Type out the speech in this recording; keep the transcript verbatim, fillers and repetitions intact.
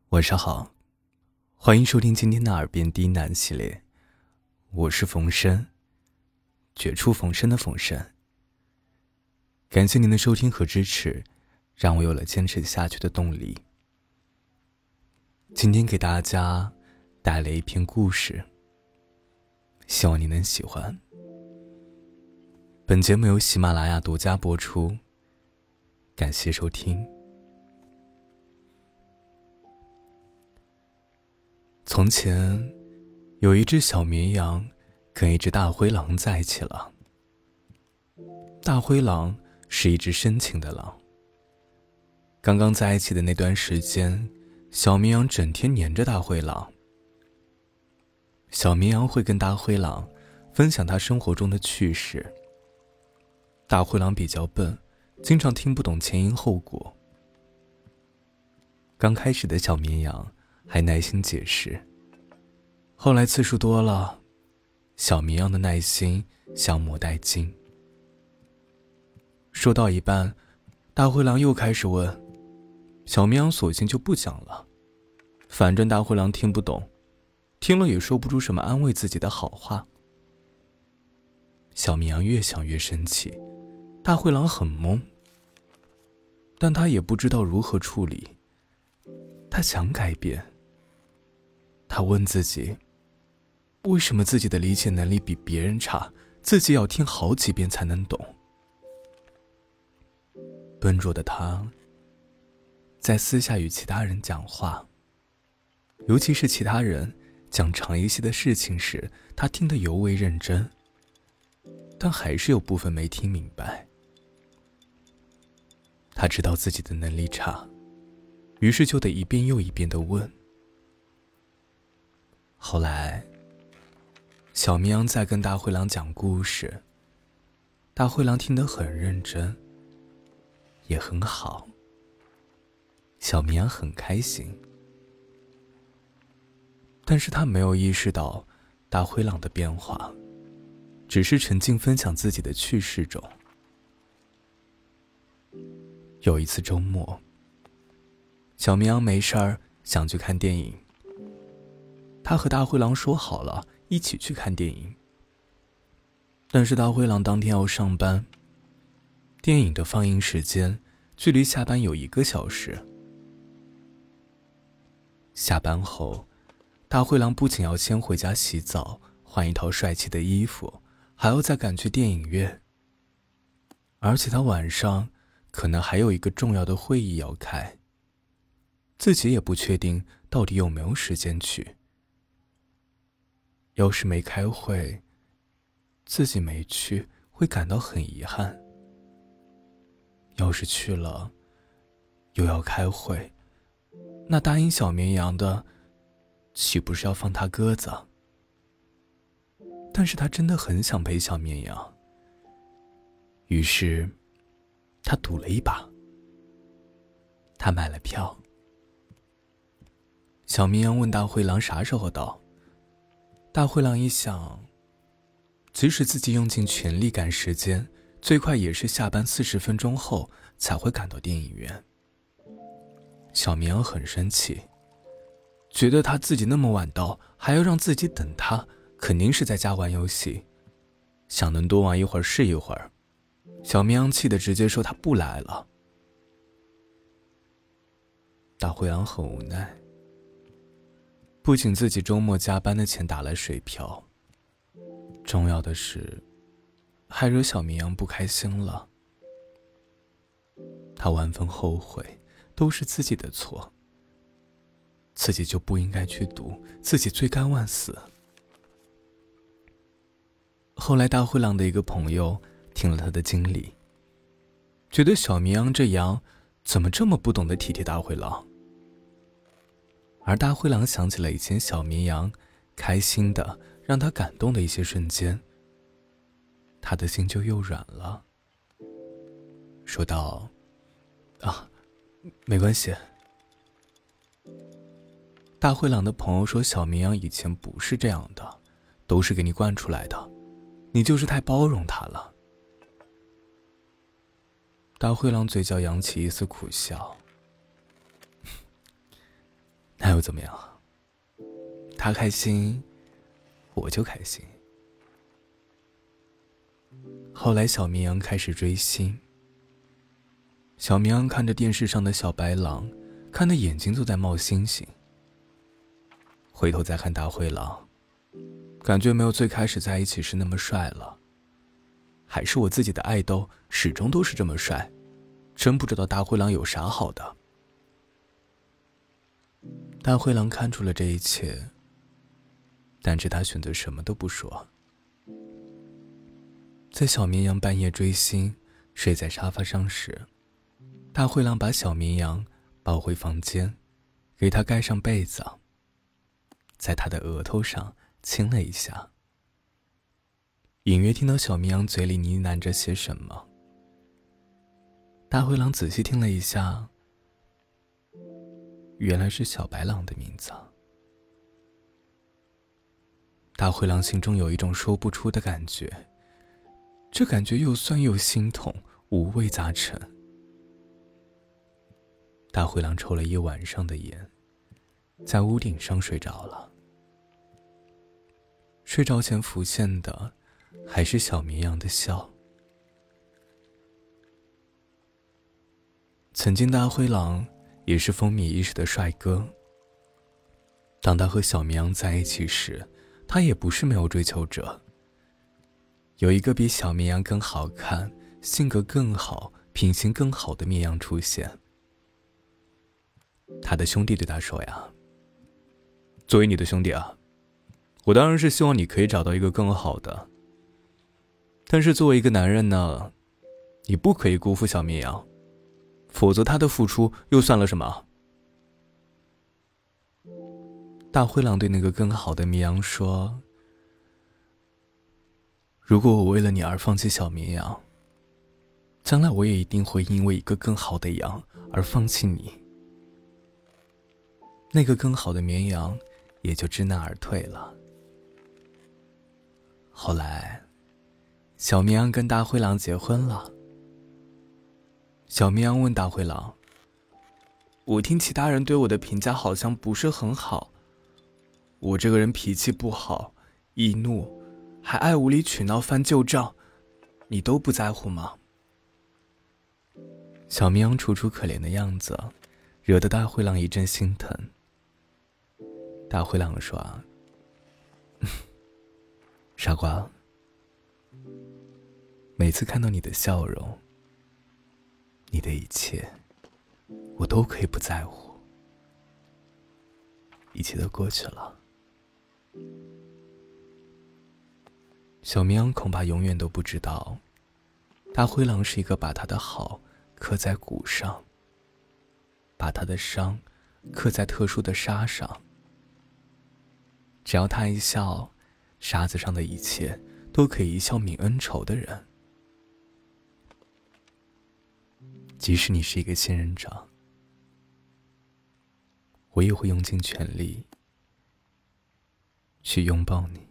晚上好，欢迎收听今天的耳边低喃系列，我是冯生，绝处逢生的冯生。感谢您的收听和支持，让我有了坚持下去的动力。今天给大家带来一篇故事，希望你能喜欢。本节目由喜马拉雅独家播出，感谢收听。从前有一只小绵羊跟一只大灰狼在一起了。大灰狼是一只深情的狼。刚刚在一起的那段时间，小绵羊整天黏着大灰狼。小绵羊会跟大灰狼分享他生活中的趣事。大灰狼比较笨，经常听不懂前因后果。刚开始的小绵羊还耐心解释，后来次数多了，小绵羊的耐心消磨殆尽。说到一半，大灰狼又开始问，小绵羊索性就不讲了，反正大灰狼听不懂，听了也说不出什么安慰自己的好话。小绵羊越想越生气，大灰狼很懵，但他也不知道如何处理。他想改变，他问自己，为什么自己的理解能力比别人差，自己要听好几遍才能懂。笨拙的他在私下与其他人讲话，尤其是其他人讲长一些的事情时，他听得尤为认真，但还是有部分没听明白。他知道自己的能力差，于是就得一遍又一遍地问。后来小绵羊在跟大灰狼讲故事，大灰狼听得很认真，也很好，小绵羊很开心。但是他没有意识到大灰狼的变化，只是沉浸分享自己的趣事中。有一次周末，小绵羊没事儿想去看电影，他和大灰狼说好了一起去看电影。但是大灰狼当天要上班，电影的放映时间距离下班有一个小时。下班后，大灰狼不仅要先回家洗澡，换一套帅气的衣服，还要再赶去电影院。而且他晚上可能还有一个重要的会议要开，自己也不确定到底有没有时间去。要是没开会，自己没去会感到很遗憾；要是去了，又要开会，那答应小绵羊的岂不是要放他鸽子？但是他真的很想陪小绵羊，于是他赌了一把，他买了票。小绵羊问大灰狼啥时候到，大灰狼一想，即使自己用尽全力赶时间，最快也是下班四十分钟后才会赶到电影院。小绵羊很生气，觉得他自己那么晚到，还要让自己等他，肯定是在家玩游戏，想能多玩一会儿是一会儿。小绵羊气得直接说他不来了。大灰狼很无奈，不仅自己周末加班的钱打了水漂，重要的是还惹小绵羊不开心了。他万分后悔，都是自己的错，自己就不应该去赌，自己罪该万死。后来大灰狼的一个朋友听了他的经历，觉得小绵羊这羊怎么这么不懂得体贴大灰狼。而大灰狼想起了以前小绵羊开心的让他感动的一些瞬间，他的心就又软了，说道，啊，没关系。大灰狼的朋友说，小绵羊以前不是这样的，都是给你惯出来的，你就是太包容他了。大灰狼嘴角扬起一丝苦笑， 又怎么样？他开心，我就开心。后来小绵羊开始追星。小绵羊看着电视上的小白狼，看得眼睛都在冒星星。回头再看大灰狼，感觉没有最开始在一起时那么帅了。还是我自己的爱豆始终都是这么帅，真不知道大灰狼有啥好的。大灰狼看出了这一切，但是他选择什么都不说。在小绵羊半夜追星睡在沙发上时，大灰狼把小绵羊抱回房间，给他盖上被子，在他的额头上亲了一下，隐约听到小绵羊嘴里呢喃着些什么。大灰狼仔细听了一下，原来是小白狼的名字。大灰狼心中有一种说不出的感觉，这感觉又酸又心痛，五味杂陈。大灰狼抽了一晚上的烟，在屋顶上睡着了。睡着前浮现的还是小绵羊的笑。曾经大灰狼也是风靡一时的帅哥。当他和小绵羊在一起时，他也不是没有追求者。有一个比小绵羊更好看、性格更好、品行更好的绵羊出现。他的兄弟对他说呀，作为你的兄弟啊，我当然是希望你可以找到一个更好的，但是作为一个男人呢，你不可以辜负小绵羊，否则他的付出又算了什么？大灰狼对那个更好的绵羊说，如果我为了你而放弃小绵羊，将来我也一定会因为一个更好的羊而放弃你。那个更好的绵羊也就知难而退了。后来小绵羊跟大灰狼结婚了。小绵羊问大灰狼，我听其他人对我的评价好像不是很好，我这个人脾气不好，易怒，还爱无理取闹翻旧账，你都不在乎吗？小绵羊楚楚可怜的样子，惹得大灰狼一阵心疼。大灰狼说啊，傻瓜，每次看到你的笑容，你的一切，我都可以不在乎，一切都过去了。小绵羊恐怕永远都不知道，大灰狼是一个把他的好刻在骨上，把他的伤刻在特殊的沙上。只要他一笑，沙子上的一切都可以一笑泯恩仇的人。即使你是一个仙人掌，我也会用尽全力去拥抱你。